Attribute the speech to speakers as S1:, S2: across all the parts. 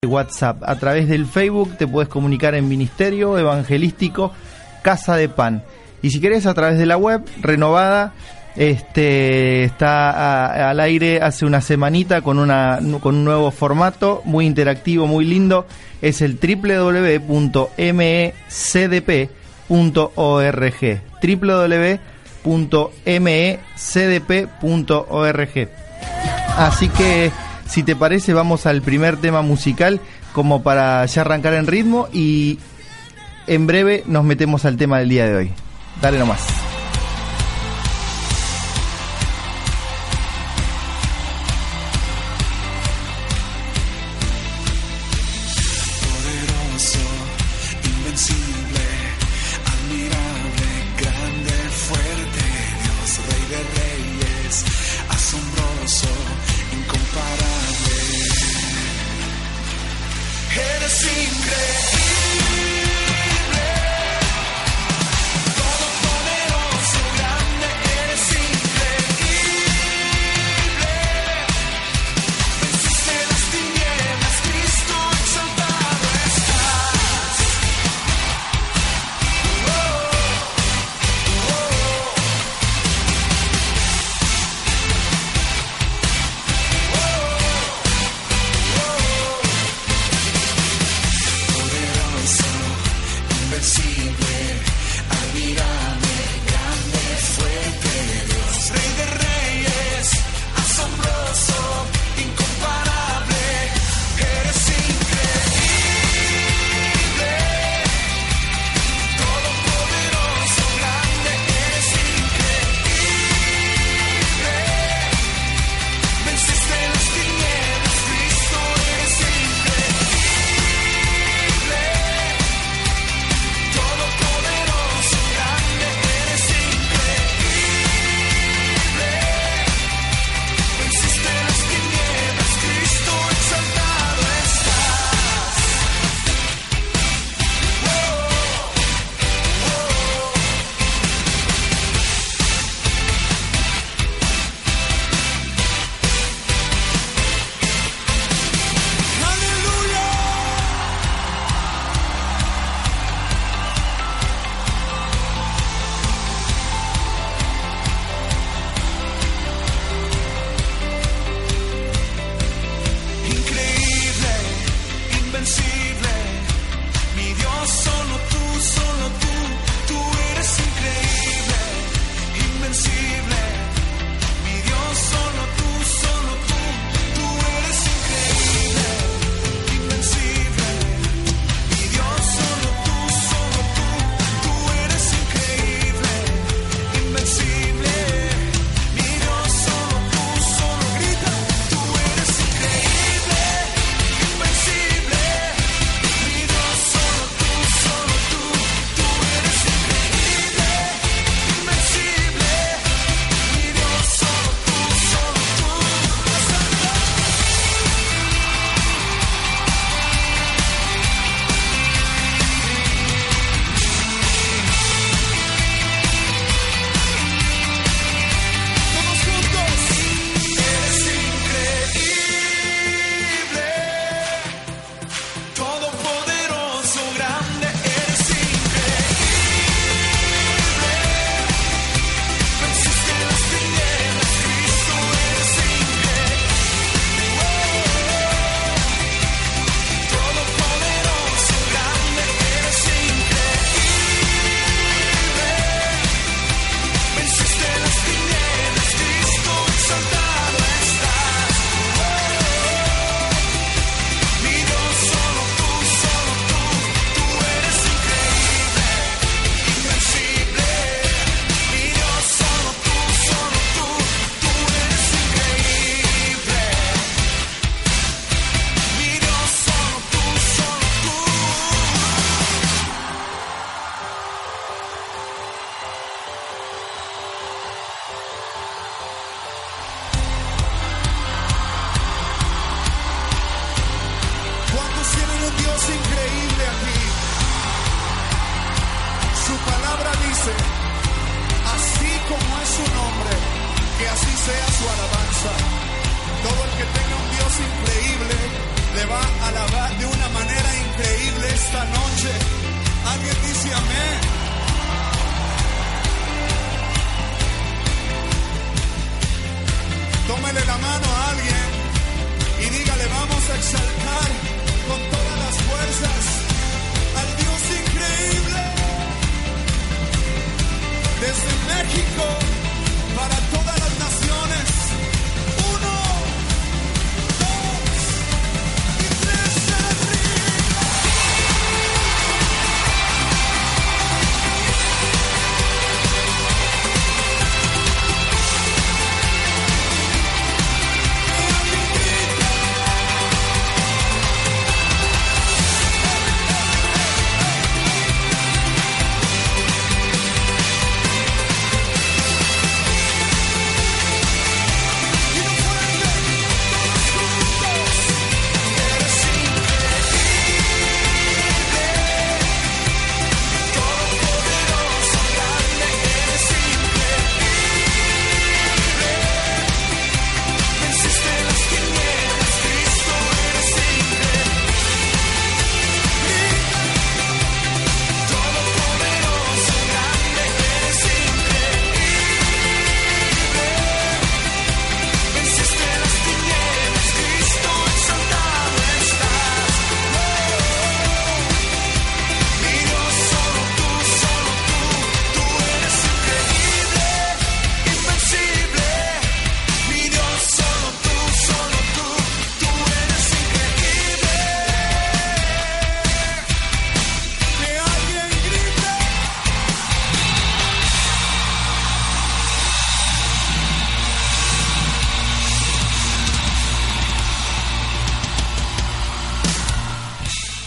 S1: WhatsApp. A través del Facebook te puedes comunicar en Ministerio Evangelístico Casa de Pan. Y si querés, a través de la web renovada, está al aire hace una semanita con un nuevo formato muy interactivo, muy lindo. Es el www.mecdp.org, www.mecdp.org. Así que, si te parece, vamos al primer tema musical como para ya arrancar en ritmo, y en breve nos metemos al tema del día de hoy. Dale nomás.
S2: su alabanza. Todo el que tenga un Dios increíble le va a alabar de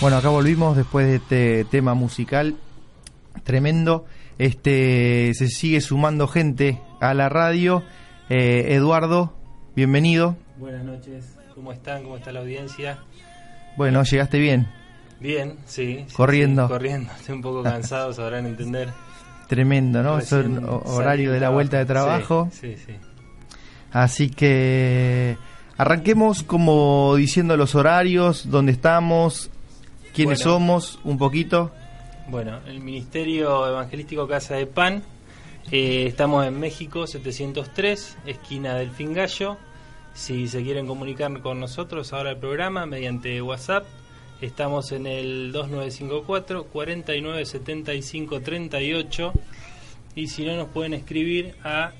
S1: Bueno, acá volvimos después de este tema musical tremendo. Se sigue sumando gente a la radio. Eduardo, bienvenido.
S2: Buenas noches, ¿cómo están? ¿Cómo está la audiencia?
S1: Bueno, llegaste bien.
S2: Bien, sí.
S1: Corriendo.
S2: Sí, corriendo, estoy un poco cansado, sabrán entender.
S1: Tremendo, ¿no? Es el horario de la vuelta de trabajo.
S2: Sí.
S1: Así que arranquemos como diciendo los horarios, dónde estamos, quiénes somos, un poquito.
S2: Bueno, el Ministerio Evangelístico Casa de Pan, estamos en México 703, esquina del Fingallo. Si se quieren comunicar con nosotros ahora el programa mediante WhatsApp, estamos en el 2954 49 75 38, y si no nos pueden escribir a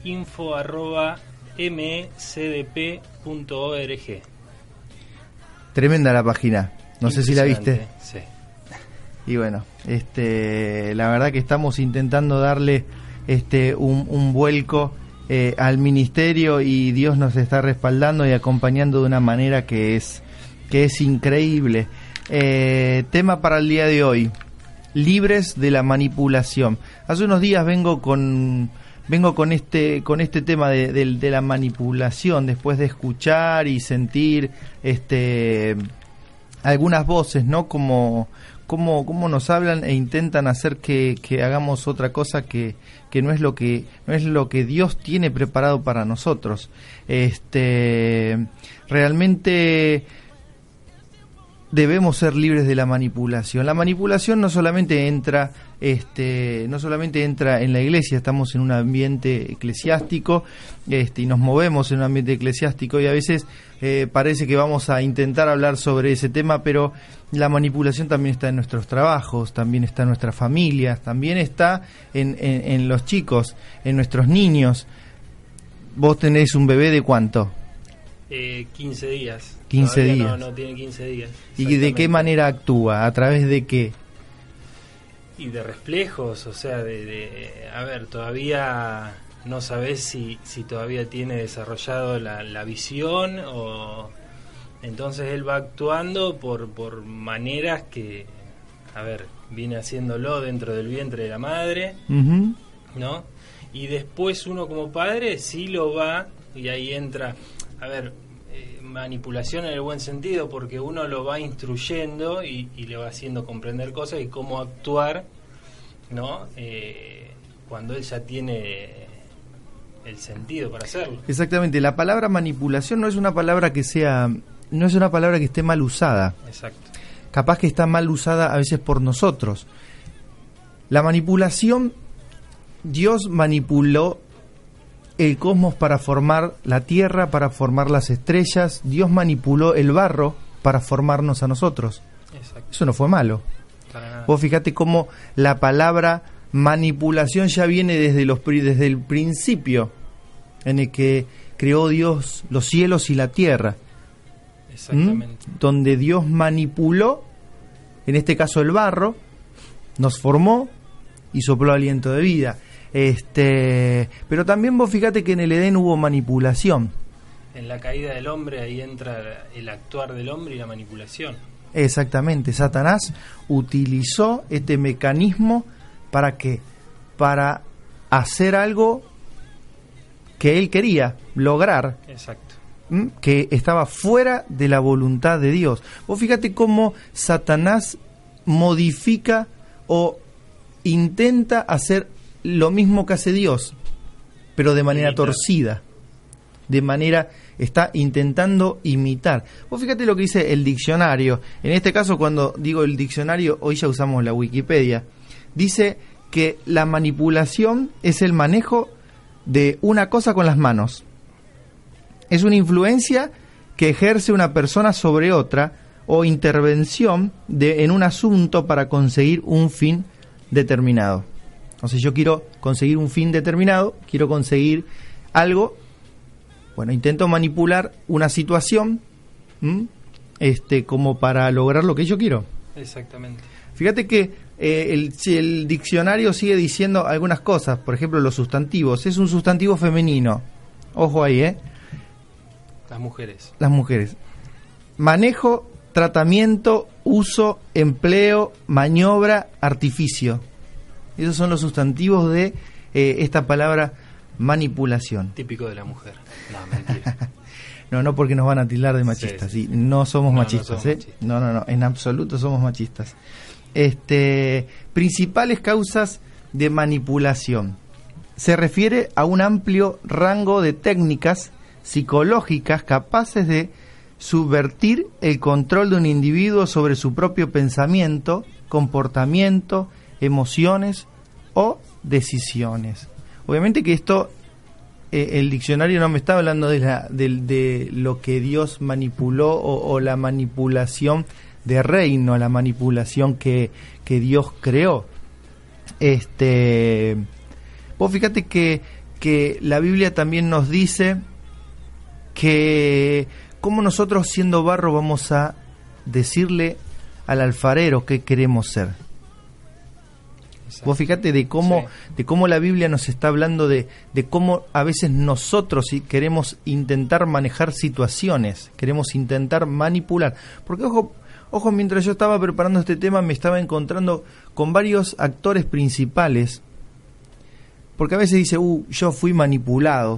S2: info@mecdp.org.
S1: Tremenda la página, no sé si la viste.
S2: Sí.
S1: Y bueno, la verdad que estamos intentando darle un vuelco al ministerio, y Dios nos está respaldando y acompañando de una manera que es increíble. Tema para el día de hoy: libres de la manipulación. Hace unos días vengo con este tema de la manipulación, después de escuchar y sentir algunas voces, ¿no? Como nos hablan e intentan hacer que hagamos otra cosa que no es lo que Dios tiene preparado para nosotros. Realmente debemos ser libres de la manipulación. La manipulación no solamente entra en la iglesia. Estamos en un ambiente eclesiástico, y nos movemos en un ambiente eclesiástico, y a veces parece que vamos a intentar hablar sobre ese tema, pero la manipulación también está en nuestros trabajos, también está en nuestras familias, también está en los chicos, en nuestros niños. ¿Vos tenés un bebé de cuánto?
S2: 15 días.
S1: 15
S2: Todavía
S1: días.
S2: No tiene 15 días.
S1: ¿Y de qué manera actúa? ¿A través de qué?
S2: Y de reflejos, o sea, a ver, todavía no sabes si todavía tiene desarrollado la visión, o entonces él va actuando por maneras que, a ver, viene haciéndolo dentro del vientre de la madre,
S1: Uh-huh.
S2: ¿no? Y después uno como padre sí lo va, y ahí entra, a ver, manipulación en el buen sentido, porque uno lo va instruyendo y le va haciendo comprender cosas y cómo actuar, ¿no? Cuando él ya tiene el sentido para hacerlo.
S1: Exactamente, la palabra manipulación no es una palabra que esté mal usada.
S2: Exacto.
S1: Capaz que está mal usada a veces por nosotros. La manipulación, Dios manipuló el cosmos para formar la tierra, para formar las estrellas. Dios manipuló el barro para formarnos a nosotros.
S2: Exacto.
S1: Eso no fue malo.
S2: Para nada.
S1: Vos fíjate cómo la palabra manipulación ya viene desde el principio en el que creó Dios los cielos y la tierra.
S2: Exactamente.
S1: Donde Dios manipuló, en este caso el barro, nos formó y sopló aliento de vida. Pero también vos fíjate que en el Edén hubo manipulación.
S2: En la caída del hombre ahí entra el actuar del hombre y la manipulación.
S1: Exactamente, Satanás utilizó este mecanismo ¿para qué? Para hacer algo que él quería lograr.
S2: Exacto.
S1: Que estaba fuera de la voluntad de Dios. Vos fíjate cómo Satanás modifica o intenta hacer lo mismo que hace Dios, pero de manera torcida, está intentando imitar. Vos fíjate lo que dice el diccionario. En este caso, cuando digo el diccionario, hoy ya usamos la Wikipedia. Dice que la manipulación es el manejo de una cosa con las manos. Es una influencia que ejerce una persona sobre otra, o intervención en un asunto para conseguir un fin determinado. Entonces yo quiero conseguir un fin determinado, quiero conseguir algo, bueno, intento manipular una situación, como para lograr lo que yo quiero.
S2: Exactamente.
S1: Fíjate que el diccionario sigue diciendo algunas cosas, por ejemplo los sustantivos. Es un sustantivo femenino, ojo ahí,
S2: Las mujeres.
S1: Las mujeres. Manejo tratamiento, uso, empleo, maniobra, artificio. Esos son los sustantivos de esta palabra manipulación.
S2: Típico de la mujer. No, mentira.
S1: No, porque nos van a tildar de machistas. Sí. No somos machistas,
S2: no somos machistas.
S1: No, en absoluto somos machistas. Principales causas de manipulación. Se refiere a un amplio rango de técnicas psicológicas capaces de subvertir el control de un individuo sobre su propio pensamiento, comportamiento, emociones o decisiones. Obviamente que esto, el diccionario no me está hablando de lo que Dios manipuló o la manipulación de reino, la manipulación que Dios creó. Vos fíjate que la Biblia también nos dice que cómo nosotros siendo barro vamos a decirle al alfarero qué queremos ser. Exacto. Vos fíjate de cómo la Biblia nos está hablando de cómo a veces nosotros queremos intentar manejar situaciones, queremos intentar manipular. Porque ojo, mientras yo estaba preparando este tema me estaba encontrando con varios actores principales, porque a veces dice, yo fui manipulado,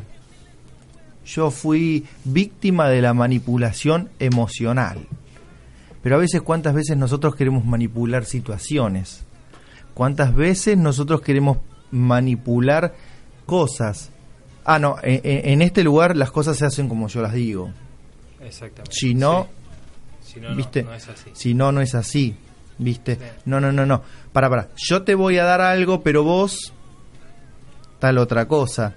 S1: yo fui víctima de la manipulación emocional. Pero a veces, ¿cuántas veces nosotros queremos manipular situaciones? ¿Cuántas veces nosotros queremos manipular cosas? En este lugar las cosas se hacen como yo las digo.
S2: Exactamente.
S1: Si no,
S2: ¿viste? No es así.
S1: Si no es así, ¿viste? Sí. No. Para. Yo te voy a dar algo, pero vos tal otra cosa.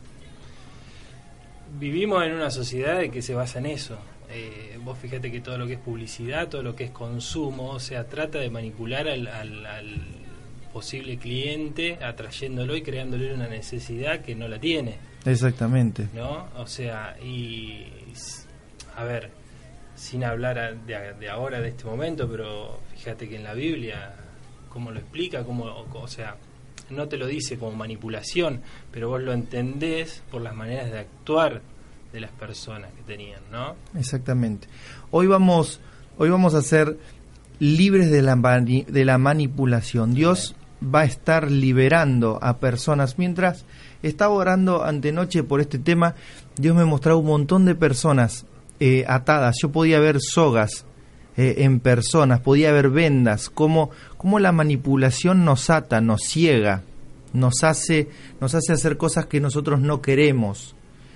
S2: Vivimos en una sociedad que se basa en eso. Vos fíjate que todo lo que es publicidad, todo lo que es consumo, o sea, trata de manipular al posible cliente, atrayéndolo y creándole una necesidad que no la tiene.
S1: Exactamente.
S2: ¿No? O sea, y a ver, sin hablar de ahora, de este momento, pero fíjate que en la Biblia, cómo lo explica, o sea, no te lo dice como manipulación, pero vos lo entendés por las maneras de actuar de las personas que tenían, ¿no?
S1: Exactamente. Hoy vamos a ser libres de la manipulación. Dios va a estar liberando a personas. Mientras estaba orando antenoche por este tema, Dios me mostraba un montón de personas atadas. Yo podía ver sogas en personas, podía ver vendas, cómo la manipulación nos ata, nos ciega, nos hace hacer cosas que nosotros no queremos,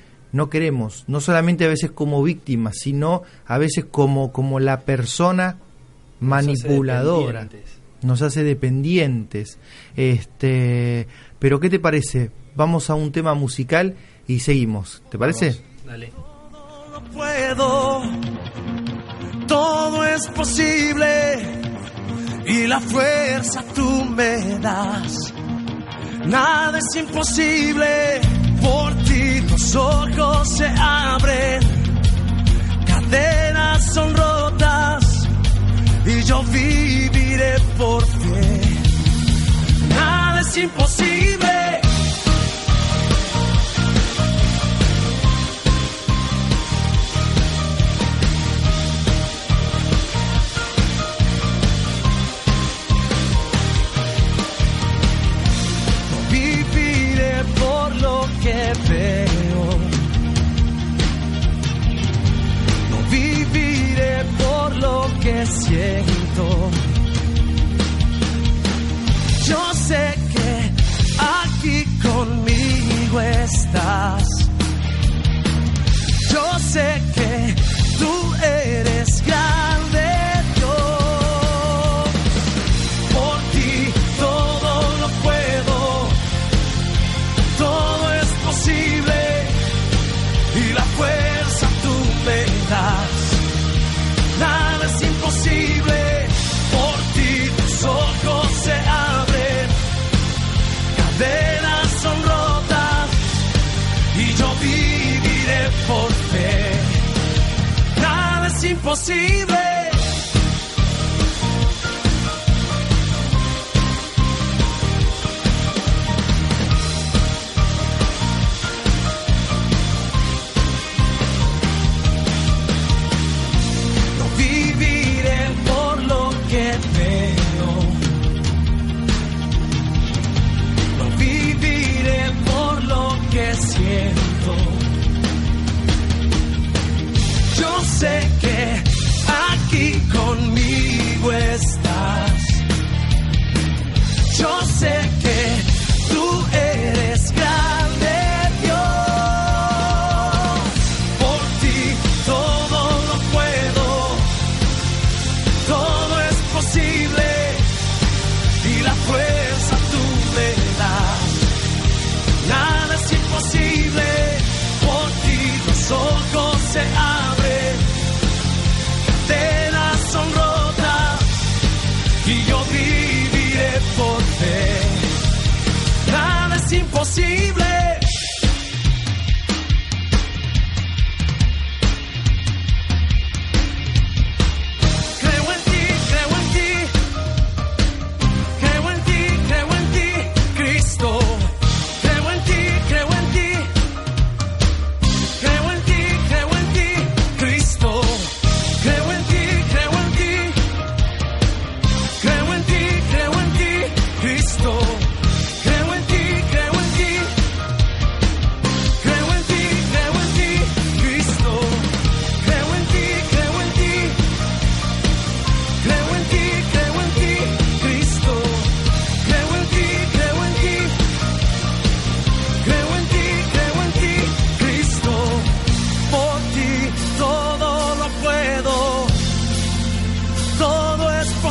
S1: no solamente a veces como víctimas, sino a veces como la persona manipuladora, nos hace dependientes. Pero ¿qué te parece? Vamos a un tema musical y seguimos, ¿te parece?
S2: Vamos, dale.
S3: No puedo, todo es posible y la fuerza tú me das. Nada es imposible, por ti los ojos se abren, cadenas son rotas y yo viviré por fe. Nada es imposible. Que veo, no viviré por lo que siento. Yo sé que aquí conmigo estás. Yo sé que tú eres grande, Dios. Por ti todo lo puedo, todo posible y la fuerza tú me das. Nada es imposible, por ti tus ojos se abren, cadenas son rotas y yo viviré por fe. Nada es imposible.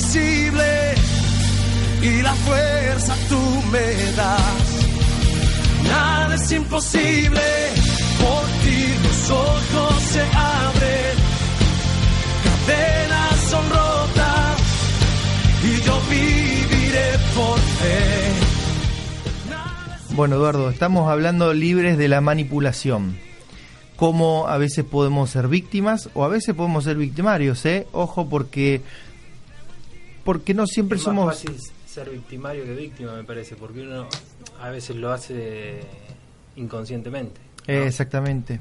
S3: imposible y la fuerza tú me das. Nada es imposible, por ti los ojos se abren, cadenas son rotas y yo viviré por fe.
S1: Bueno, Eduardo, estamos hablando libres de la manipulación. Cómo a veces podemos ser víctimas o a veces podemos ser victimarios, ¿eh? Ojo, porque no siempre
S2: es
S1: somos...
S2: más fácil ser victimario que víctima, me parece, porque uno a veces lo hace inconscientemente, ¿no?
S1: Exactamente.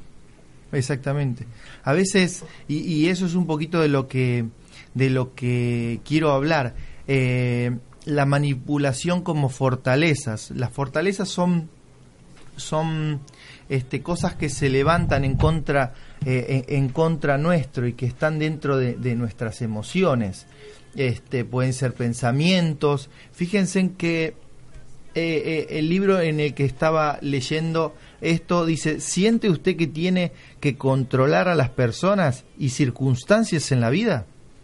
S1: A veces, y eso es un poquito de lo que quiero hablar, la manipulación como fortalezas. Las fortalezas son cosas que se levantan en contra nuestro y que están dentro de nuestras emociones. Pueden ser pensamientos. Fíjense en que el libro en el que estaba leyendo esto dice: ¿siente usted que tiene que controlar a las personas y circunstancias en la vida?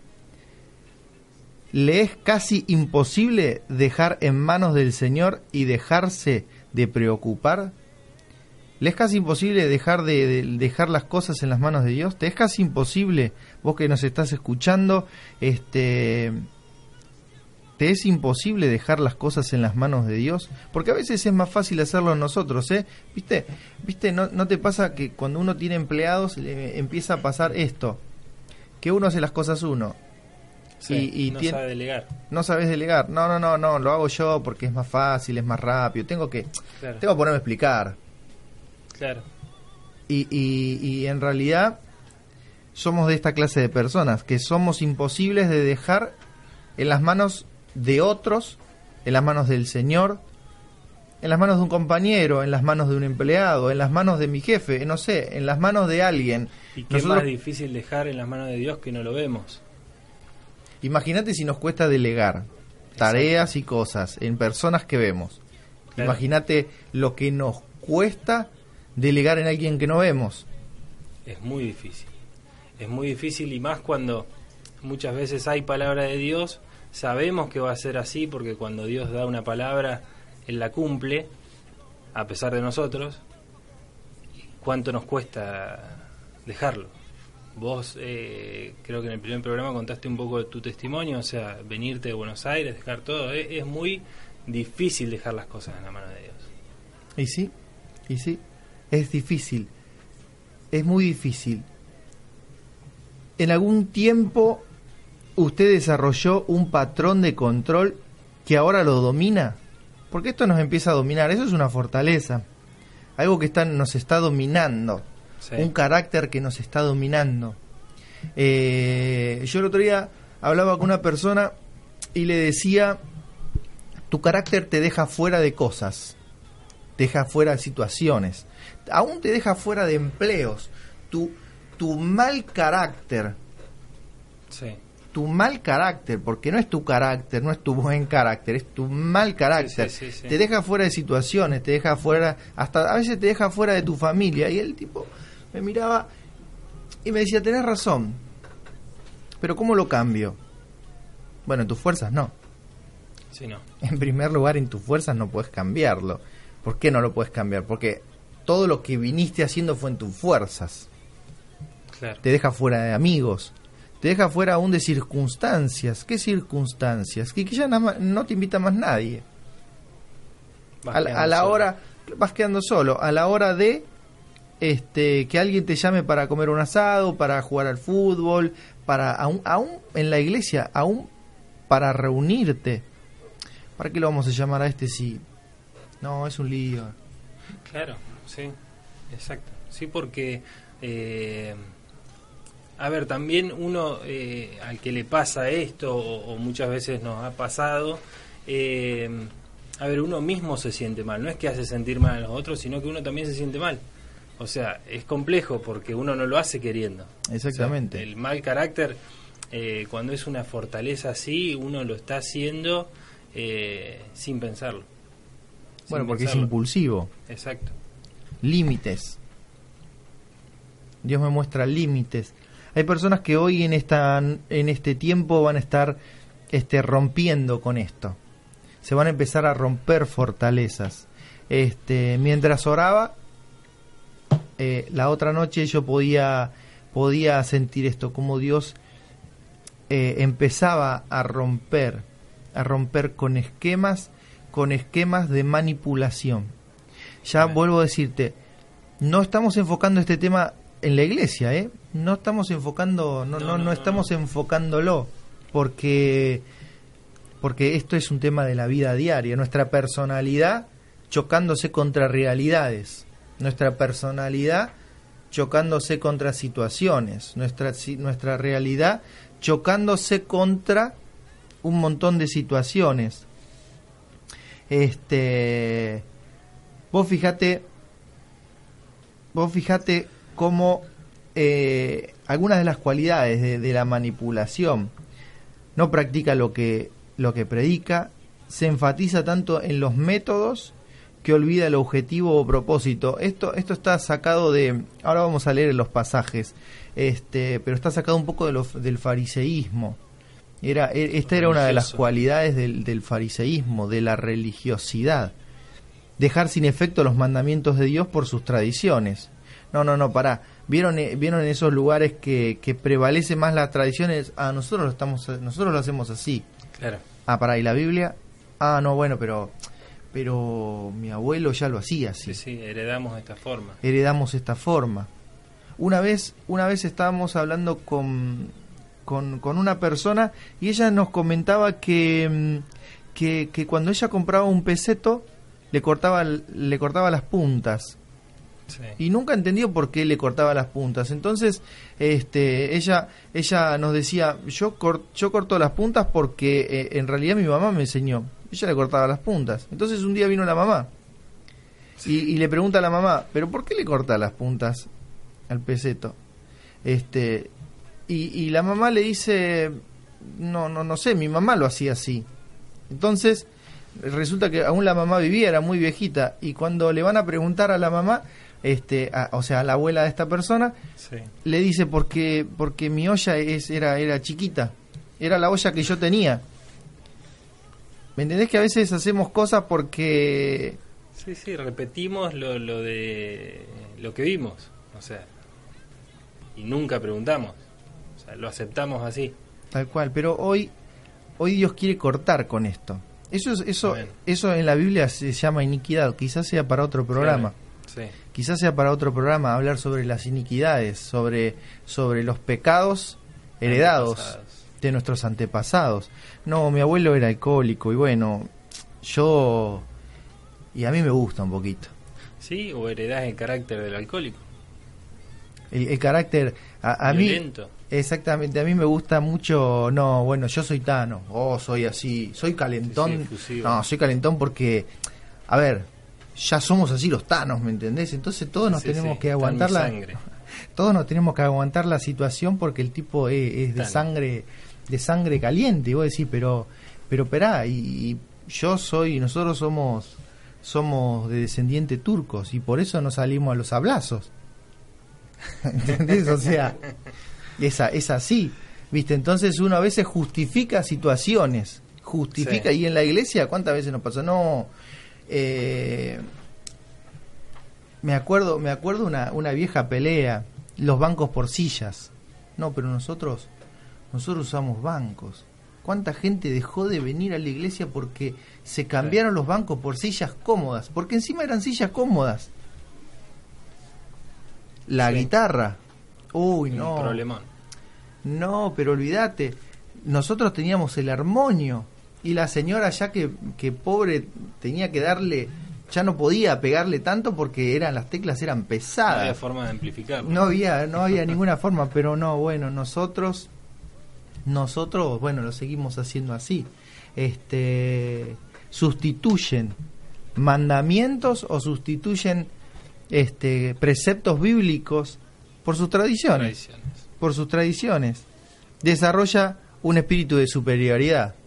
S1: ¿Le es casi imposible dejar en manos del Señor y dejarse de preocupar? ¿Le es casi imposible dejar las cosas en las manos de Dios? ¿Te es casi imposible, vos que nos estás escuchando, te es imposible dejar las cosas en las manos de Dios? Porque a veces es más fácil hacerlo nosotros, ¿eh? ¿Viste? ¿No te pasa que cuando uno tiene empleados le empieza a pasar esto? Que uno hace las cosas uno.
S2: Sí, y no sabe delegar.
S1: No sabes delegar. No, lo hago yo porque es más fácil, es más rápido. Tengo que ponerme a explicar.
S2: Claro.
S1: Y en realidad somos de esta clase de personas, que somos imposibles de dejar en las manos de otros, en las manos del Señor, en las manos de un compañero, en las manos de un empleado, en las manos de mi jefe, no sé, en las manos de alguien.
S2: ¿Y qué es más difícil dejar en las manos de Dios que no lo vemos?
S1: Imagínate si nos cuesta delegar tareas y cosas en personas que vemos. Claro. Imagínate lo que nos cuesta delegar en alguien que no vemos.
S2: Es muy difícil y más cuando muchas veces hay palabra de Dios, sabemos que va a ser así porque cuando Dios da una palabra, Él la cumple, a pesar de nosotros. ¿Cuánto nos cuesta dejarlo? Vos creo que en el primer programa contaste un poco de tu testimonio, o sea, venirte de Buenos Aires, dejar todo. Es muy difícil dejar las cosas en la mano de Dios.
S1: Y sí, es difícil, es muy difícil. En algún tiempo usted desarrolló un patrón de control que ahora lo domina, porque esto nos empieza a dominar. Eso es una fortaleza, algo que nos está dominando. Sí. Un carácter que nos está dominando. Yo el otro día hablaba con una persona y le decía: tu carácter te deja fuera de cosas, te deja fuera de situaciones, aún te deja fuera de empleos. Tu mal carácter,
S2: sí.
S1: Tu mal carácter, porque no es tu carácter, no es tu buen carácter, es tu mal carácter. Sí. Te deja fuera de situaciones, te deja fuera, hasta a veces te deja fuera de tu familia. Y el tipo me miraba y me decía: tenés razón, pero ¿cómo lo cambio? Bueno, en tus fuerzas no.
S2: Sí, no.
S1: En primer lugar, en tus fuerzas no puedes cambiarlo. ¿Por qué no lo puedes cambiar? Porque todo lo que viniste haciendo fue en tus fuerzas.
S2: Claro.
S1: Te deja fuera de amigos, te deja fuera aún de circunstancias. ¿Qué circunstancias? Que ya no te invita más nadie. A la hora vas quedando solo. A la hora de que alguien te llame para comer un asado, para jugar al fútbol, para aún en la iglesia, aún para reunirte. ¿Para qué lo vamos a llamar a si no es un lío?
S2: Claro, sí, exacto. Sí, porque a ver, también uno al que le pasa esto o muchas veces nos ha pasado, a ver, uno mismo se siente mal. No es que hace sentir mal a los otros, sino que uno también se siente mal. O sea, es complejo porque uno no lo hace queriendo.
S1: Exactamente.
S2: O sea, el mal carácter, cuando es una fortaleza así, uno lo está haciendo sin pensarlo.
S1: Bueno, porque es impulsivo.
S2: Exacto.
S1: Límites. Dios me muestra límites. Hay personas que hoy en este tiempo van a estar rompiendo con esto. Se van a empezar a romper fortalezas. Mientras oraba, la otra noche yo podía sentir esto, como Dios empezaba a romper con esquemas de manipulación. Ya vuelvo a decirte, no estamos enfocando este tema en la iglesia, no estamos enfocando, no estamos enfocándolo, porque esto es un tema de la vida diaria, nuestra personalidad chocándose contra realidades, nuestra personalidad chocándose contra situaciones, nuestra realidad chocándose contra un montón de situaciones. Vos fíjate cómo algunas de las cualidades de la manipulación: no practica lo que predica, se enfatiza tanto en los métodos que olvida el objetivo o propósito. Esto está sacado de, ahora vamos a leer los pasajes, pero está sacado un poco del fariseísmo. Esta era una de las cualidades del fariseísmo, de la religiosidad: dejar sin efecto los mandamientos de Dios por sus tradiciones. No, pará. ¿Vieron en esos lugares que prevalece más las tradiciones? Nosotros lo hacemos así.
S2: Claro.
S1: Pará, ¿y la Biblia? No, bueno, pero mi abuelo ya lo hacía así.
S2: Sí, heredamos esta
S1: forma. Una vez estábamos hablando con una persona y ella nos comentaba que cuando ella compraba un peseto le cortaba las puntas.
S2: Sí.
S1: Y nunca entendió por qué le cortaba las puntas. Entonces ella nos decía, yo corto las puntas porque en realidad mi mamá me enseñó. Ella le cortaba las puntas. Entonces un día vino la mamá y le pregunta a la mamá, ¿pero por qué le corta las puntas al peseto? Y la mamá le dice, no sé, mi mamá lo hacía así. Entonces resulta que aún la mamá vivía, era muy viejita, y cuando le van a preguntar a la mamá, o sea, a la abuela de esta persona,
S2: sí,
S1: le dice porque mi olla era chiquita, era la olla que yo tenía. ¿Me entendés? Que a veces hacemos cosas porque...
S2: Sí, repetimos lo que vimos, o sea, y nunca preguntamos, o sea, lo aceptamos así.
S1: Tal cual, pero hoy Dios quiere cortar con esto. Eso en la Biblia se llama iniquidad. Quizás sea para otro programa.
S2: Claro. Sí.
S1: Quizás sea para otro programa hablar sobre las iniquidades, sobre los pecados heredados de nuestros antepasados. No, mi abuelo era alcohólico y bueno, y a mí me gusta un poquito.
S2: Sí, o heredás el carácter del alcohólico.
S1: El carácter a mí, exactamente, a mí me gusta mucho. No, bueno, yo soy tano, soy así, soy calentón.
S2: Sí,
S1: soy calentón porque, a ver, ya somos así los tanos, ¿me entendés? Entonces todos nos tenemos que aguantar todos nos tenemos que aguantar la situación porque el tipo es de sangre caliente. Y vos decís, pero esperá, y nosotros somos de descendientes turcos y por eso no salimos a los sablazos. ¿Entendés? O sea, es así, ¿viste? Entonces uno a veces justifica situaciones, sí. Y en la iglesia, ¿cuántas veces nos pasó? No, me acuerdo una vieja pelea, los bancos por sillas. No, pero nosotros usamos bancos. ¿Cuánta gente dejó de venir a la iglesia porque se cambiaron los bancos por sillas cómodas? Porque encima eran sillas cómodas. La guitarra. Uy, no.
S2: Un problemón.
S1: No, pero olvídate. Nosotros teníamos el armonio. Y la señora ya que pobre tenía que darle... Ya no podía pegarle tanto porque las teclas eran pesadas.
S2: No había forma de amplificarlo.
S1: No había ninguna forma, pero no, bueno, nosotros, bueno, lo seguimos haciendo así. Sustituyen mandamientos o sustituyen preceptos bíblicos por sus tradiciones. Por sus tradiciones. Desarrolla un espíritu de superioridad.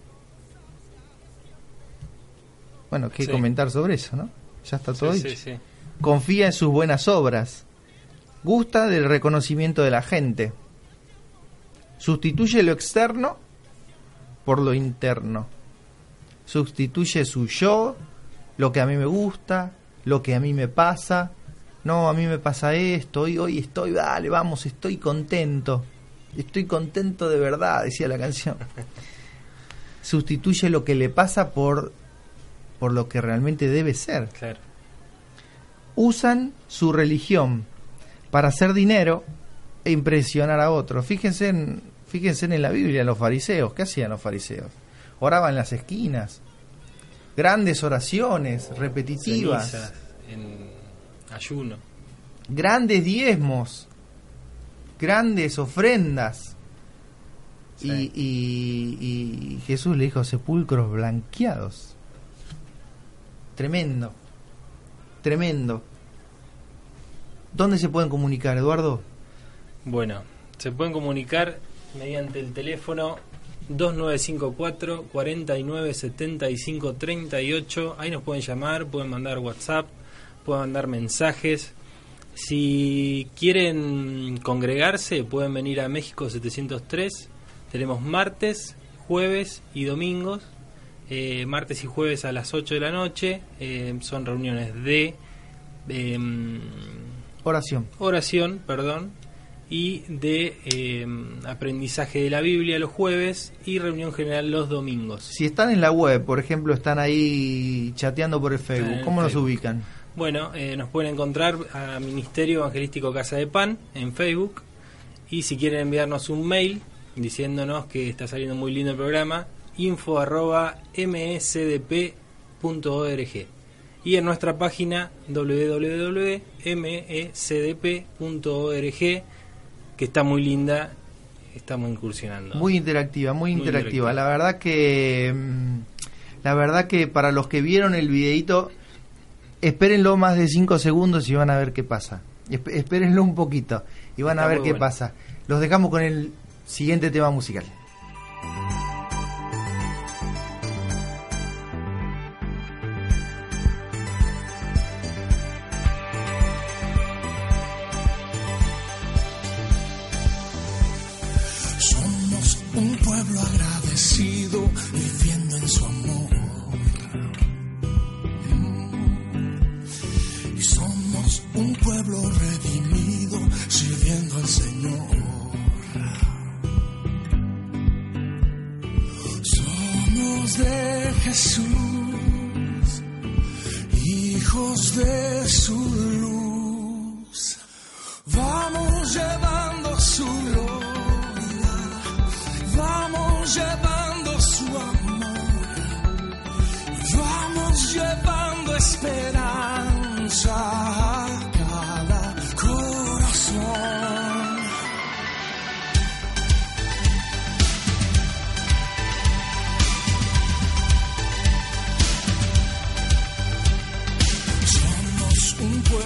S1: Bueno, ¿qué comentar sobre eso, no? Ya está todo dicho.
S2: Sí.
S1: Confía en sus buenas obras. Gusta del reconocimiento de la gente. Sustituye lo externo por lo interno. Sustituye su yo, lo que a mí me gusta, lo que a mí me pasa. No, a mí me pasa esto, hoy estoy, dale, vamos, estoy contento de verdad, decía la canción. Sustituye lo que le pasa por lo que realmente debe ser.
S2: Claro.
S1: Usan su religión para hacer dinero e impresionar a otros. Fíjense en la Biblia, los fariseos. ¿Qué hacían los fariseos? Oraban en las esquinas. Grandes oraciones repetitivas.
S2: Cenizas, en ayuno.
S1: Grandes diezmos. Grandes ofrendas.
S2: Sí.
S1: Y Jesús le dijo sepulcros blanqueados. Tremendo. ¿Dónde se pueden comunicar, Eduardo?
S2: Bueno, se pueden comunicar mediante el teléfono 2954 49 75 38. Ahí nos pueden llamar, pueden mandar WhatsApp, pueden mandar mensajes. Si quieren congregarse, pueden venir a México 703. Tenemos martes, jueves y domingos. Martes y jueves a las 8 de la noche. Son reuniones de oración, y de aprendizaje de la Biblia los jueves y reunión general los domingos.
S1: Si están en la web, por ejemplo, están ahí chateando por el Facebook, ¿cómo nos ubican?
S2: Bueno, nos pueden encontrar a Ministerio Evangelístico Casa de Pan en Facebook, y si quieren enviarnos un mail diciéndonos que está saliendo muy lindo el programa, info@msdp.org, y en nuestra página www.msdp.org, que está muy linda, estamos incursionando.
S1: Muy interactiva. La verdad que para los que vieron el videito, espérenlo más de 5 segundos y van a ver qué pasa. Espérenlo un poquito y van a ver qué pasa. Los dejamos con el siguiente tema musical.
S3: Somos un pueblo agradecido, viviendo en su amor. Y somos un pueblo redimido, sirviendo al Señor. Somos de Jesús, hijos de su luz. Vamos llevando su gloria, vamos llevando su amor, vamos llevando esperanza a cada corazón. Somos un pueblo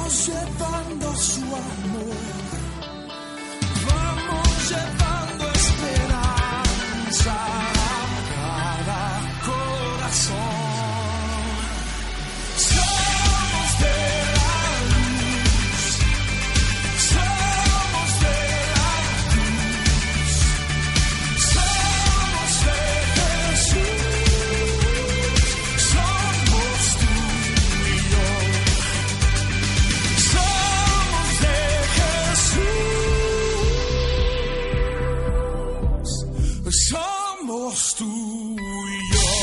S3: Vamos llevando su amor, vamos llevando esperanza a cada corazón. Somos de la luz, somos de la cruz, somos de Jesús, somos tú y yo, somos de Jesús, somos tú y yo.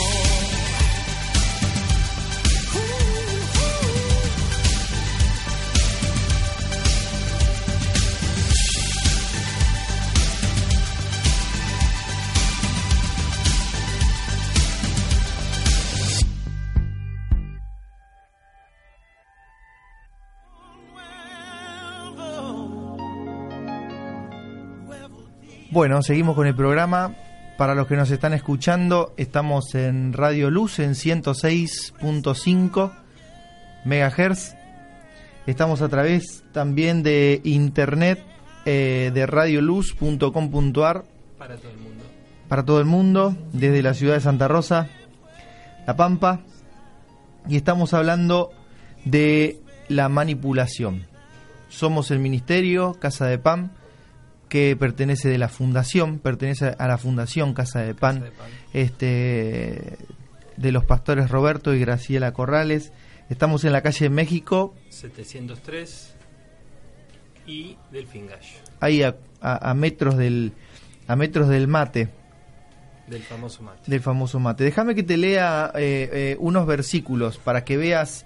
S1: Bueno, seguimos con el programa. Para los que nos están escuchando, estamos en Radio Luz en 106.5 MHz. Estamos a través también de internet de radioluz.com.ar
S2: Para todo el mundo.
S1: para todo el mundo, desde la ciudad de Santa Rosa, La Pampa. Y estamos hablando de la manipulación. Somos el Ministerio Casa de Pan, que pertenece a la Fundación Casa de Pan, de los pastores Roberto y Graciela Corrales. Estamos en la calle México
S2: 703 y del Fingallo.
S1: Ahí a metros del mate.
S2: Del famoso mate.
S1: Del famoso mate. Déjame que te lea unos versículos para que veas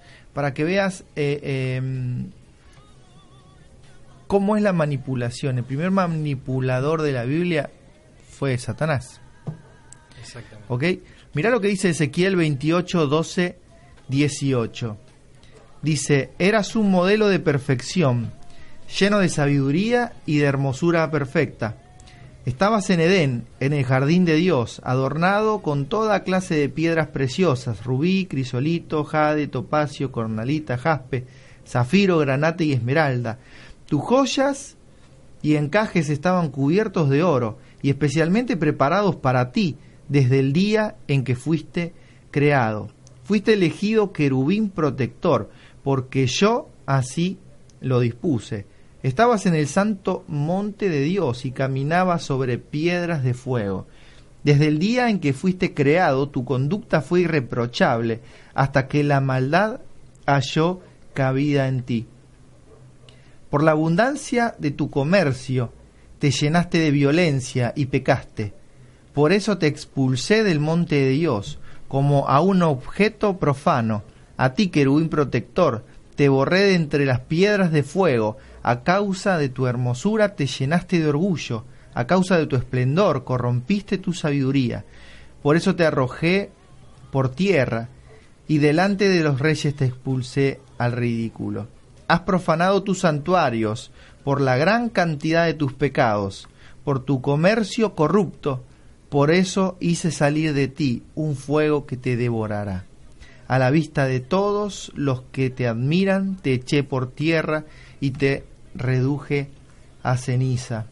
S1: cómo es la manipulación. El primer manipulador de la Biblia fue Satanás.
S2: Exactamente.
S1: ¿Ok? Mirá lo que dice Ezequiel 28, 12, 18. Dice: eras un modelo de perfección, lleno de sabiduría y de hermosura perfecta. Estabas en Edén, en el jardín de Dios, adornado con toda clase de piedras preciosas: rubí, crisolito, jade, topacio, cornalita, jaspe, zafiro, granate y esmeralda. Tus joyas y encajes estaban cubiertos de oro y especialmente preparados para ti desde el día en que fuiste creado. Fuiste elegido querubín protector, porque yo así lo dispuse. Estabas en el santo monte de Dios y caminabas sobre piedras de fuego. Desde el día en que fuiste creado, tu conducta fue irreprochable, hasta que la maldad halló cabida en ti. Por la abundancia de tu comercio, te llenaste de violencia y pecaste. Por eso te expulsé del monte de Dios, como a un objeto profano. A ti, querubín protector, te borré de entre las piedras de fuego. A causa de tu hermosura te llenaste de orgullo. A causa de tu esplendor corrompiste tu sabiduría. Por eso te arrojé por tierra, y delante de los reyes te expulsé al ridículo. Has profanado tus santuarios por la gran cantidad de tus pecados, por tu comercio corrupto. Por eso hice salir de ti un fuego que te devorará. A la vista de todos los que te admiran, te eché por tierra y te reduje a ceniza.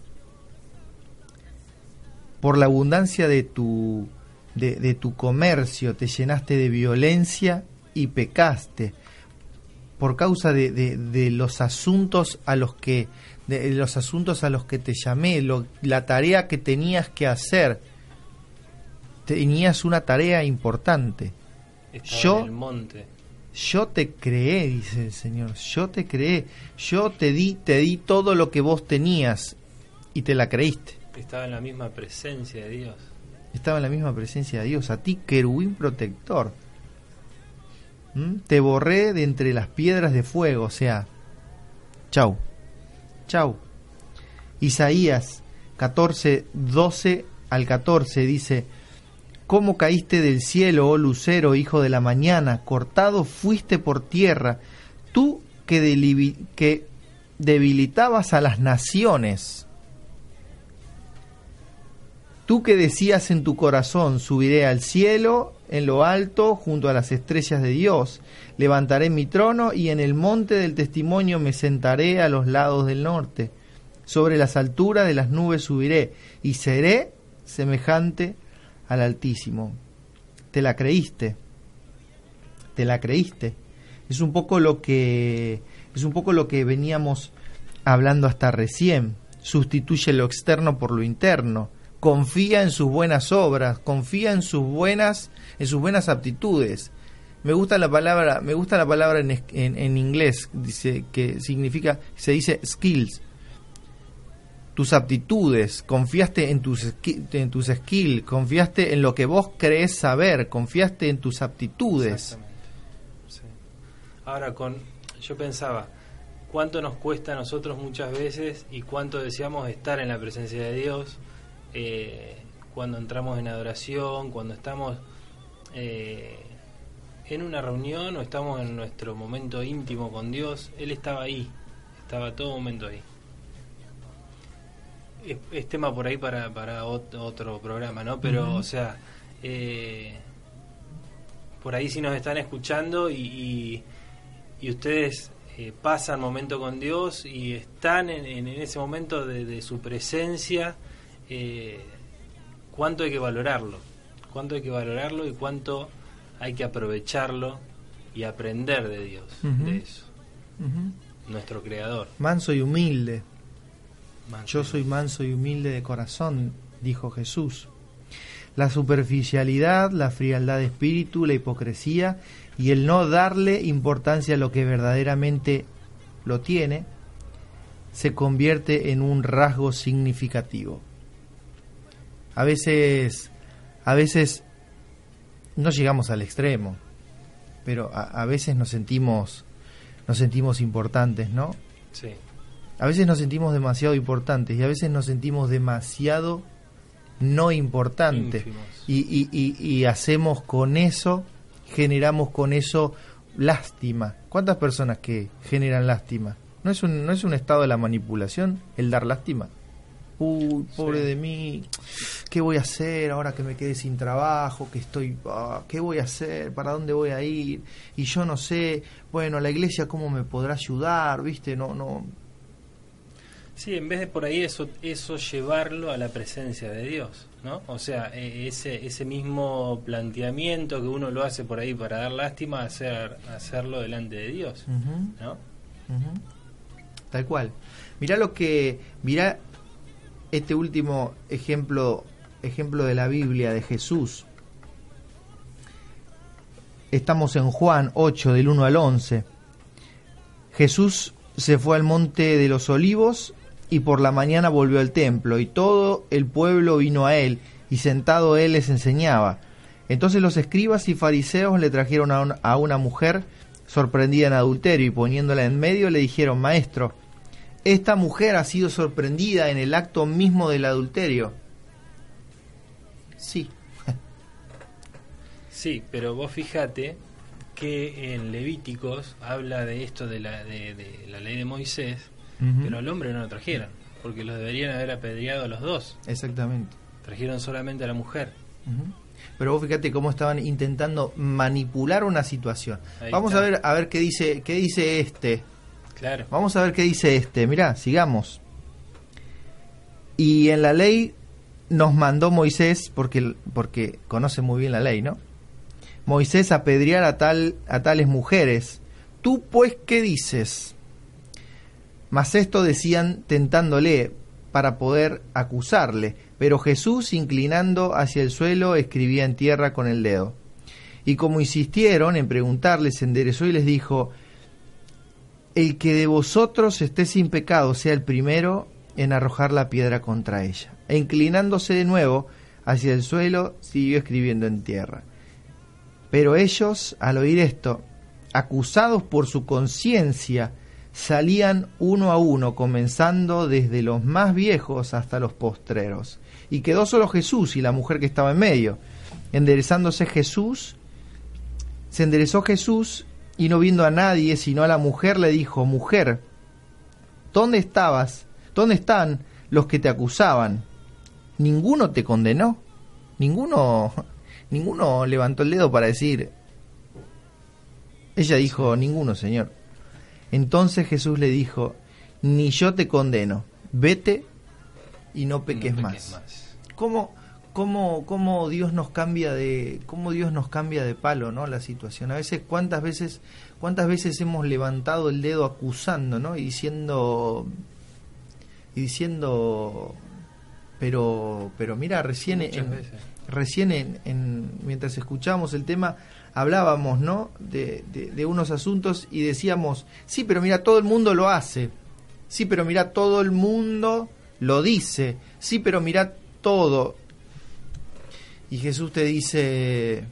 S1: Por la abundancia de tu comercio te llenaste de violencia y pecaste. Por causa de los asuntos a los que te llamé, la tarea que tenías que hacer. Tenías una tarea importante.
S2: Estaba en el monte.
S1: Yo te creé, dice el Señor. Yo te creé. Yo te di todo lo que vos tenías y te la creíste.
S2: Estaba en la misma presencia de Dios.
S1: Estaba en la misma presencia de Dios. A ti, querubín protector. Te borré de entre las piedras de fuego. O sea, chau. Isaías 14, 12 al 14 dice: ¿Cómo caíste del cielo, oh lucero, hijo de la mañana? Cortado fuiste por tierra, tú que debilitabas a las naciones. Tú que decías en tu corazón, subiré al cielo, en lo alto, junto a las estrellas de Dios. Levantaré mi trono y en el monte del testimonio me sentaré a los lados del norte. Sobre las alturas de las nubes subiré y seré semejante al Altísimo. ¿Te la creíste? ¿Te la creíste? Es un poco lo que veníamos hablando hasta recién. Sustituye lo externo por lo interno. Confía en sus buenas obras, confía en sus buenas aptitudes. Me gusta la palabra en inglés, dice que significa, se dice skills. Tus aptitudes, confiaste en tus skills, confiaste en lo que vos creés saber, confiaste en tus aptitudes.
S2: Sí. Ahora yo pensaba, cuánto nos cuesta a nosotros muchas veces y cuánto deseamos estar en la presencia de Dios, cuando entramos en adoración, cuando estamos en una reunión o estamos en nuestro momento íntimo con Dios. Él estaba ahí, estaba todo momento ahí. Es tema por ahí para otro programa, ¿no? Pero, o sea, por ahí si nos están escuchando y ustedes pasan momento con Dios y están en ese momento de su presencia, cuánto hay que valorarlo y cuánto hay que aprovecharlo y aprender de Dios, de eso, nuestro Creador.
S1: Manso y humilde. Yo soy manso y humilde de corazón, dijo Jesús. La superficialidad, la frialdad de espíritu, la hipocresía y el no darle importancia a lo que verdaderamente lo tiene, se convierte en un rasgo significativo. A veces no llegamos al extremo, pero a veces nos sentimos importantes, ¿no?
S2: Sí.
S1: A veces nos sentimos demasiado importantes y a veces nos sentimos demasiado no importantes. Y hacemos con eso, generamos con eso lástima. ¿Cuántas personas que generan lástima? ¿No es un estado de la manipulación el dar lástima? Uy, pobre de mí, ¿qué voy a hacer ahora que me quedé sin trabajo? ¿Qué voy a hacer? ¿Para dónde voy a ir? Y yo no sé, bueno, la iglesia cómo me podrá ayudar, ¿viste? No.
S2: Sí, en vez de por ahí eso llevarlo a la presencia de Dios, ¿no? O sea, ese mismo planteamiento que uno lo hace por ahí para dar lástima, hacerlo delante de Dios, ¿no?
S1: Tal cual. Mirá este último ejemplo de la Biblia de Jesús. Estamos en Juan 8, del 1 al 11. Jesús se fue al monte de los Olivos y por la mañana volvió al templo, y todo el pueblo vino a él, y sentado él les enseñaba. Entonces los escribas y fariseos le trajeron a una mujer sorprendida en adulterio, y poniéndola en medio le dijeron: Maestro, esta mujer ha sido sorprendida en el acto mismo del adulterio. Sí.
S2: Sí, pero vos fíjate que en Levíticos habla de esto de la ley de Moisés, pero al hombre no lo trajeron, porque los deberían haber apedreado a los dos.
S1: Exactamente.
S2: Trajeron solamente a la mujer.
S1: Pero vos fíjate cómo estaban intentando manipular una situación.
S2: Ahí
S1: Vamos
S2: está.
S1: a ver qué dice este.
S2: Claro.
S1: Vamos a ver qué dice este. Mirá, sigamos. Y en la ley nos mandó Moisés, porque conoce muy bien la ley, ¿no? Moisés apedrear a tales mujeres. ¿Tú pues qué dices? Mas esto decían tentándole para poder acusarle. Pero Jesús, inclinando hacia el suelo, escribía en tierra con el dedo. Y como insistieron en preguntarle, se enderezó y les dijo: El que de vosotros esté sin pecado sea el primero en arrojar la piedra contra ella. E inclinándose de nuevo hacia el suelo, siguió escribiendo en tierra. Pero ellos, al oír esto, acusados por su conciencia, salían uno a uno, comenzando desde los más viejos hasta los postreros. Y quedó solo Jesús y la mujer que estaba en medio. Se enderezó Jesús, y no viendo a nadie sino a la mujer, le dijo: Mujer, ¿dónde estabas? ¿Dónde están los que te acusaban? ninguno te condenó, ninguno levantó el dedo para decir. Ella dijo, ninguno, Señor. Entonces Jesús le dijo, ni yo te condeno, vete y no peques más. ¿Cómo Dios nos cambia de palo, ¿no? La situación. A veces cuántas veces hemos levantado el dedo acusando, ¿no? Y diciendo pero mira, recién mientras escuchábamos el tema hablábamos, ¿no? de unos asuntos y decíamos, sí, pero mira, todo el mundo lo hace. Sí, pero mira, todo el mundo lo dice. Sí, pero mira todo. Y Jesús te dice,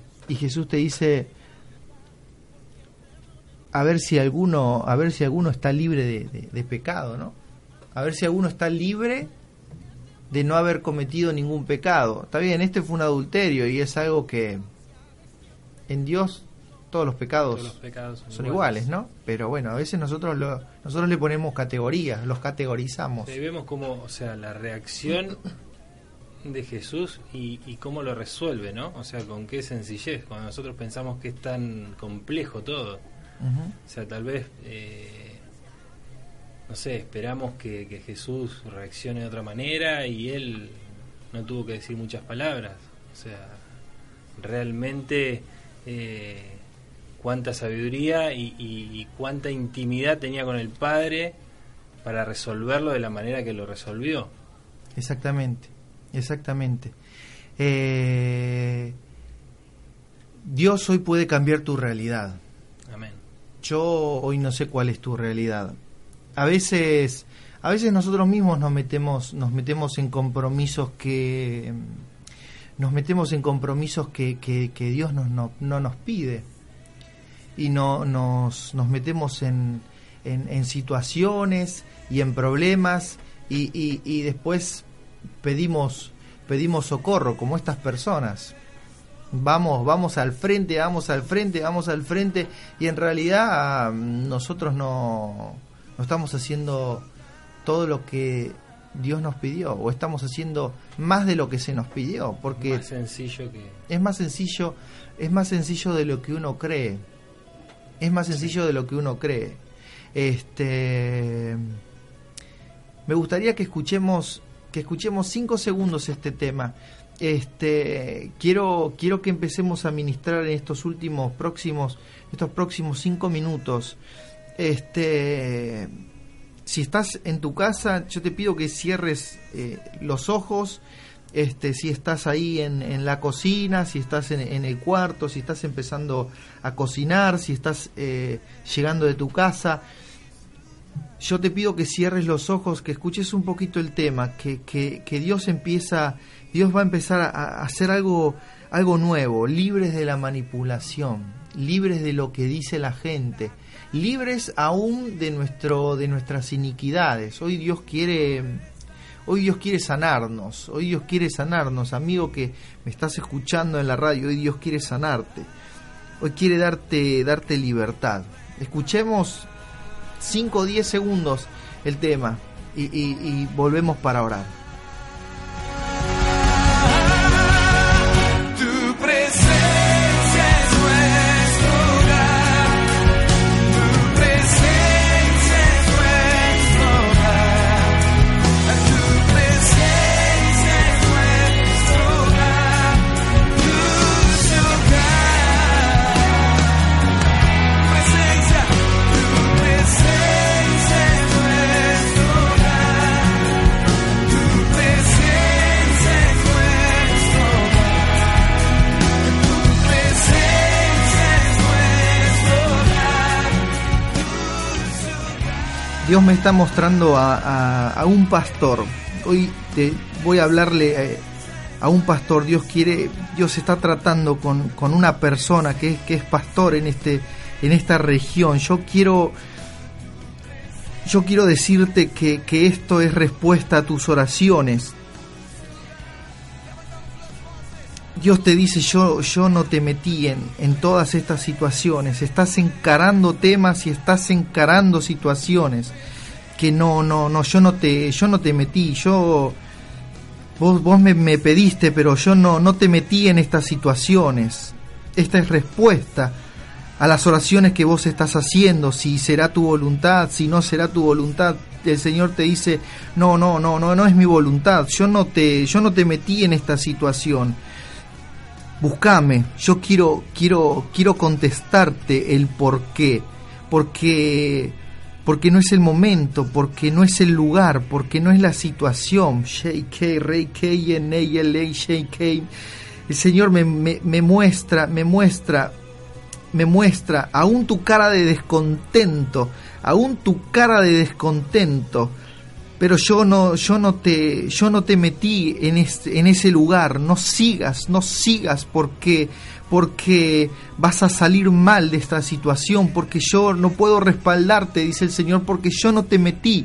S1: a ver si alguno está libre de pecado, ¿no? A ver si alguno está libre de no haber cometido ningún pecado. Está bien, este fue un adulterio y es algo que en Dios todos los pecados son iguales, ¿no? Pero bueno, a veces nosotros le ponemos categorías, los categorizamos.
S2: Vemos cómo, o sea, la reacción de Jesús y cómo lo resuelve, ¿no? O sea, con qué sencillez, cuando nosotros pensamos que es tan complejo todo.
S1: Uh-huh.
S2: O sea, tal vez, no sé, esperamos que Jesús reaccione de otra manera y Él no tuvo que decir muchas palabras. O sea, realmente cuánta sabiduría y cuánta intimidad tenía con el Padre para resolverlo de la manera que lo resolvió.
S1: Exactamente. Dios hoy puede cambiar tu realidad.
S2: Amén.
S1: Yo hoy no sé cuál es tu realidad. A veces nosotros mismos nos metemos en compromisos que Dios no nos pide, y nos metemos en situaciones y en problemas y después pedimos socorro, como estas personas. Vamos al frente, y en realidad nosotros no estamos haciendo todo lo que Dios nos pidió, o estamos haciendo más de lo que se nos pidió, porque
S2: más sencillo que...
S1: es más sencillo de lo que uno cree. Me gustaría que escuchemos 5 segundos este tema. Quiero que empecemos a ministrar en estos próximos 5 minutos. Si estás en tu casa, yo te pido que cierres los ojos. Si estás ahí en la cocina, si estás en el cuarto, si estás empezando a cocinar, si estás llegando de tu casa, yo te pido que cierres los ojos, que escuches un poquito el tema, que Dios va a empezar a hacer algo nuevo, libres de la manipulación, libres de lo que dice la gente, libres aún de nuestras iniquidades. Hoy Dios quiere sanarnos, amigo que me estás escuchando en la radio. Hoy Dios quiere sanarte, hoy quiere darte libertad. Escuchemos 5 o 10 segundos el tema y volvemos para orar.
S3: Tu presencia es nuestro hogar, tu presencia es nuestro hogar, tu presencia es nuestro hogar, tu presencia es nuestro hogar, tu presencia es nuestro hogar.
S1: Dios me está mostrando a un pastor. Hoy te voy a hablarle a un pastor. Dios está tratando con una persona que es pastor en esta región. Yo quiero decirte que esto es respuesta a tus oraciones. Dios te dice, yo no te metí en todas estas situaciones. Estás encarando temas y estás encarando situaciones que yo no te metí. Yo Vos me pediste, pero yo no te metí en estas situaciones. Esta es respuesta a las oraciones que vos estás haciendo, si será tu voluntad, si no será tu voluntad. El Señor te dice, no es mi voluntad, yo no te metí en esta situación. Búscame, yo quiero contestarte el por qué. Porque no es el momento, porque no es el lugar, porque no es la situación. El Señor me muestra aún tu cara de descontento, pero yo no te metí en ese lugar. No sigas porque vas a salir mal de esta situación, porque yo no puedo respaldarte, dice el Señor, porque yo no te metí.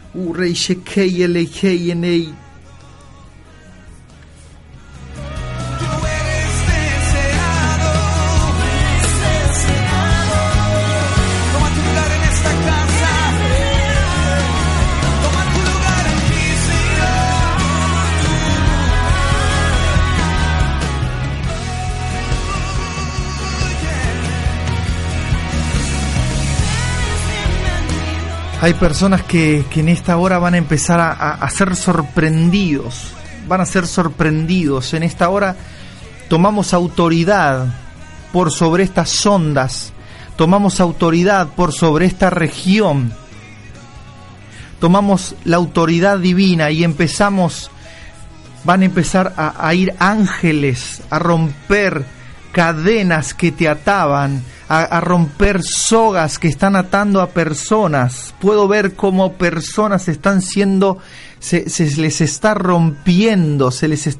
S1: Hay personas que en esta hora van a empezar a ser sorprendidos, van a ser sorprendidos. En esta hora tomamos autoridad por sobre estas ondas, tomamos autoridad por sobre esta región, tomamos la autoridad divina y van a empezar a ir ángeles, a romper cadenas que te ataban, a romper sogas que están atando a personas. Puedo ver cómo personas están siendo, se les está rompiendo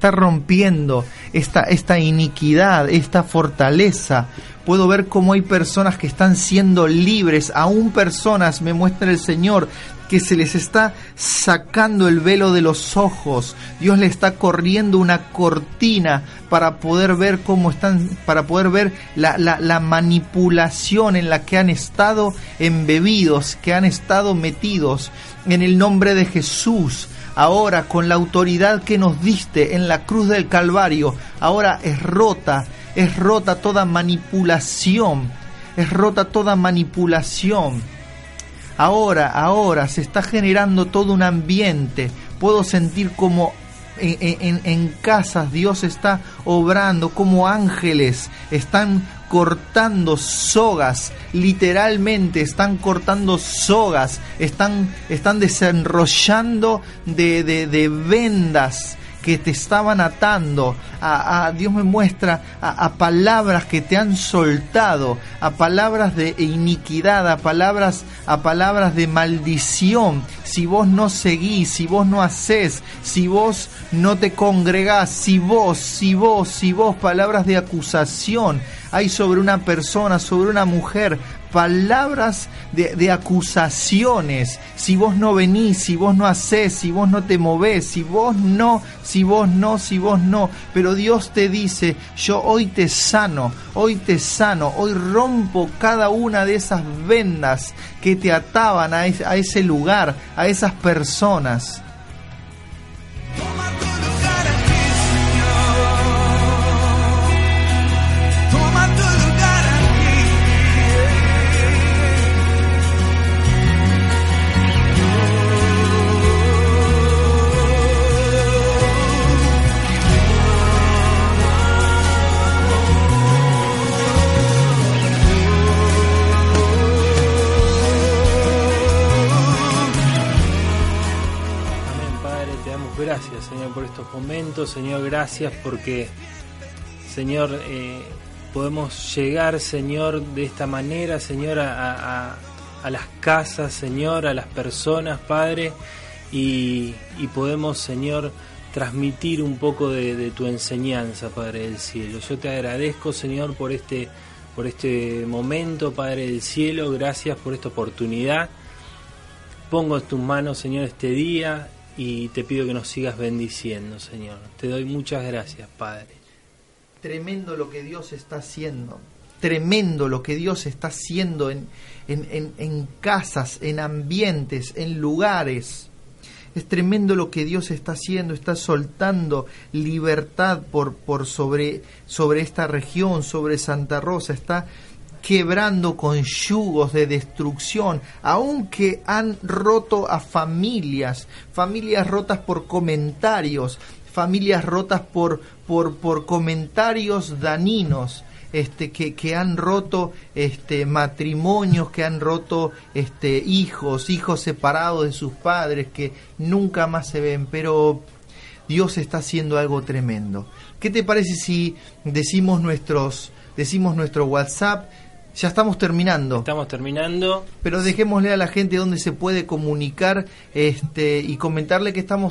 S1: esta iniquidad, esta fortaleza. Puedo ver cómo hay personas que están siendo libres, aún personas, me muestra el Señor, que se les está sacando el velo de los ojos. Dios le está corriendo una cortina para poder ver cómo están, para poder ver la manipulación en la que han estado embebidos, que han estado metidos. En el nombre de Jesús, ahora con la autoridad que nos diste en la cruz del Calvario, ahora es rota toda manipulación, Ahora se está generando todo un ambiente. Puedo sentir como en casas Dios está obrando, como ángeles están cortando sogas, literalmente están cortando sogas, están desenrollando de vendas que te estaban atando. Dios me muestra a palabras que te han soltado, a palabras de iniquidad, a palabras de maldición. Si vos no seguís, si vos no hacés, si vos no te congregás, si vos, palabras de acusación hay sobre una persona, sobre una mujer, palabras de acusaciones. Si vos no venís, si vos no hacés, si vos no te movés, si vos no. Pero Dios te dice, yo hoy te sano, hoy rompo cada una de esas vendas que te ataban a ese lugar, a esas personas.
S2: Gracias, Señor, por estos momentos. Señor, gracias porque, Señor, podemos llegar, Señor, de esta manera, Señor, a las casas, Señor, a las personas, Padre, y podemos, Señor, transmitir un poco de tu enseñanza, Padre del cielo. Yo te agradezco, Señor, por este momento, Padre del cielo. Gracias por esta oportunidad. Pongo en tus manos, Señor, este día, y te pido que nos sigas bendiciendo, Señor. Te doy muchas gracias, Padre.
S1: Tremendo lo que Dios está haciendo. Tremendo lo que Dios está haciendo en casas, en ambientes, en lugares. Es tremendo lo que Dios está haciendo, está soltando libertad por sobre esta región, sobre Santa Rosa, está quebrando con yugos de destrucción, aunque han roto a familias rotas por comentarios, familias rotas por comentarios dañinos, que han roto matrimonios, que han roto hijos separados de sus padres, que nunca más se ven, pero Dios está haciendo algo tremendo. ¿Qué te parece si decimos nuestro WhatsApp? Ya estamos terminando. Pero dejémosle a la gente dónde se puede comunicar, y comentarle que estamos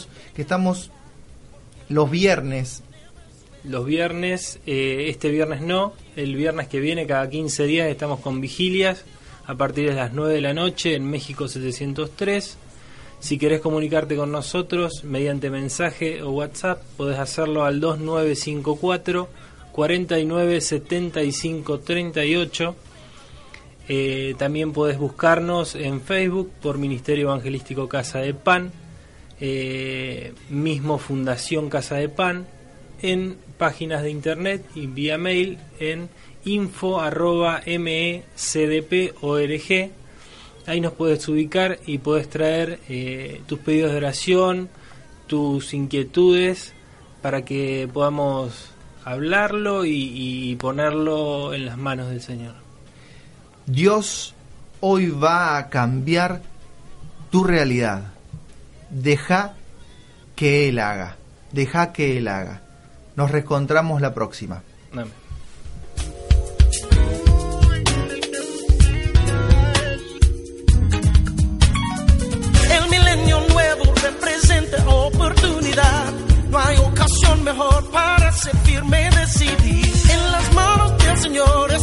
S1: los viernes.
S2: Los viernes, este viernes no, el viernes que viene, cada 15 días estamos con vigilias a partir de las 9 de la noche en México 703. Si querés comunicarte con nosotros mediante mensaje o WhatsApp, podés hacerlo al 2954 49 75 38. También podés buscarnos en Facebook por Ministerio Evangelístico Casa de Pan, mismo Fundación Casa de Pan, en páginas de internet y vía mail en info@mecdp.org. Ahí nos puedes ubicar y puedes traer tus pedidos de oración, tus inquietudes, para que podamos hablarlo y ponerlo en las manos del Señor.
S1: Dios hoy va a cambiar tu realidad. Deja que Él haga. Nos reencontramos la próxima.
S2: Amén.
S3: El milenio nuevo representa oportunidad. No hay ocasión mejor para ser firme y decidir. En las manos del Señor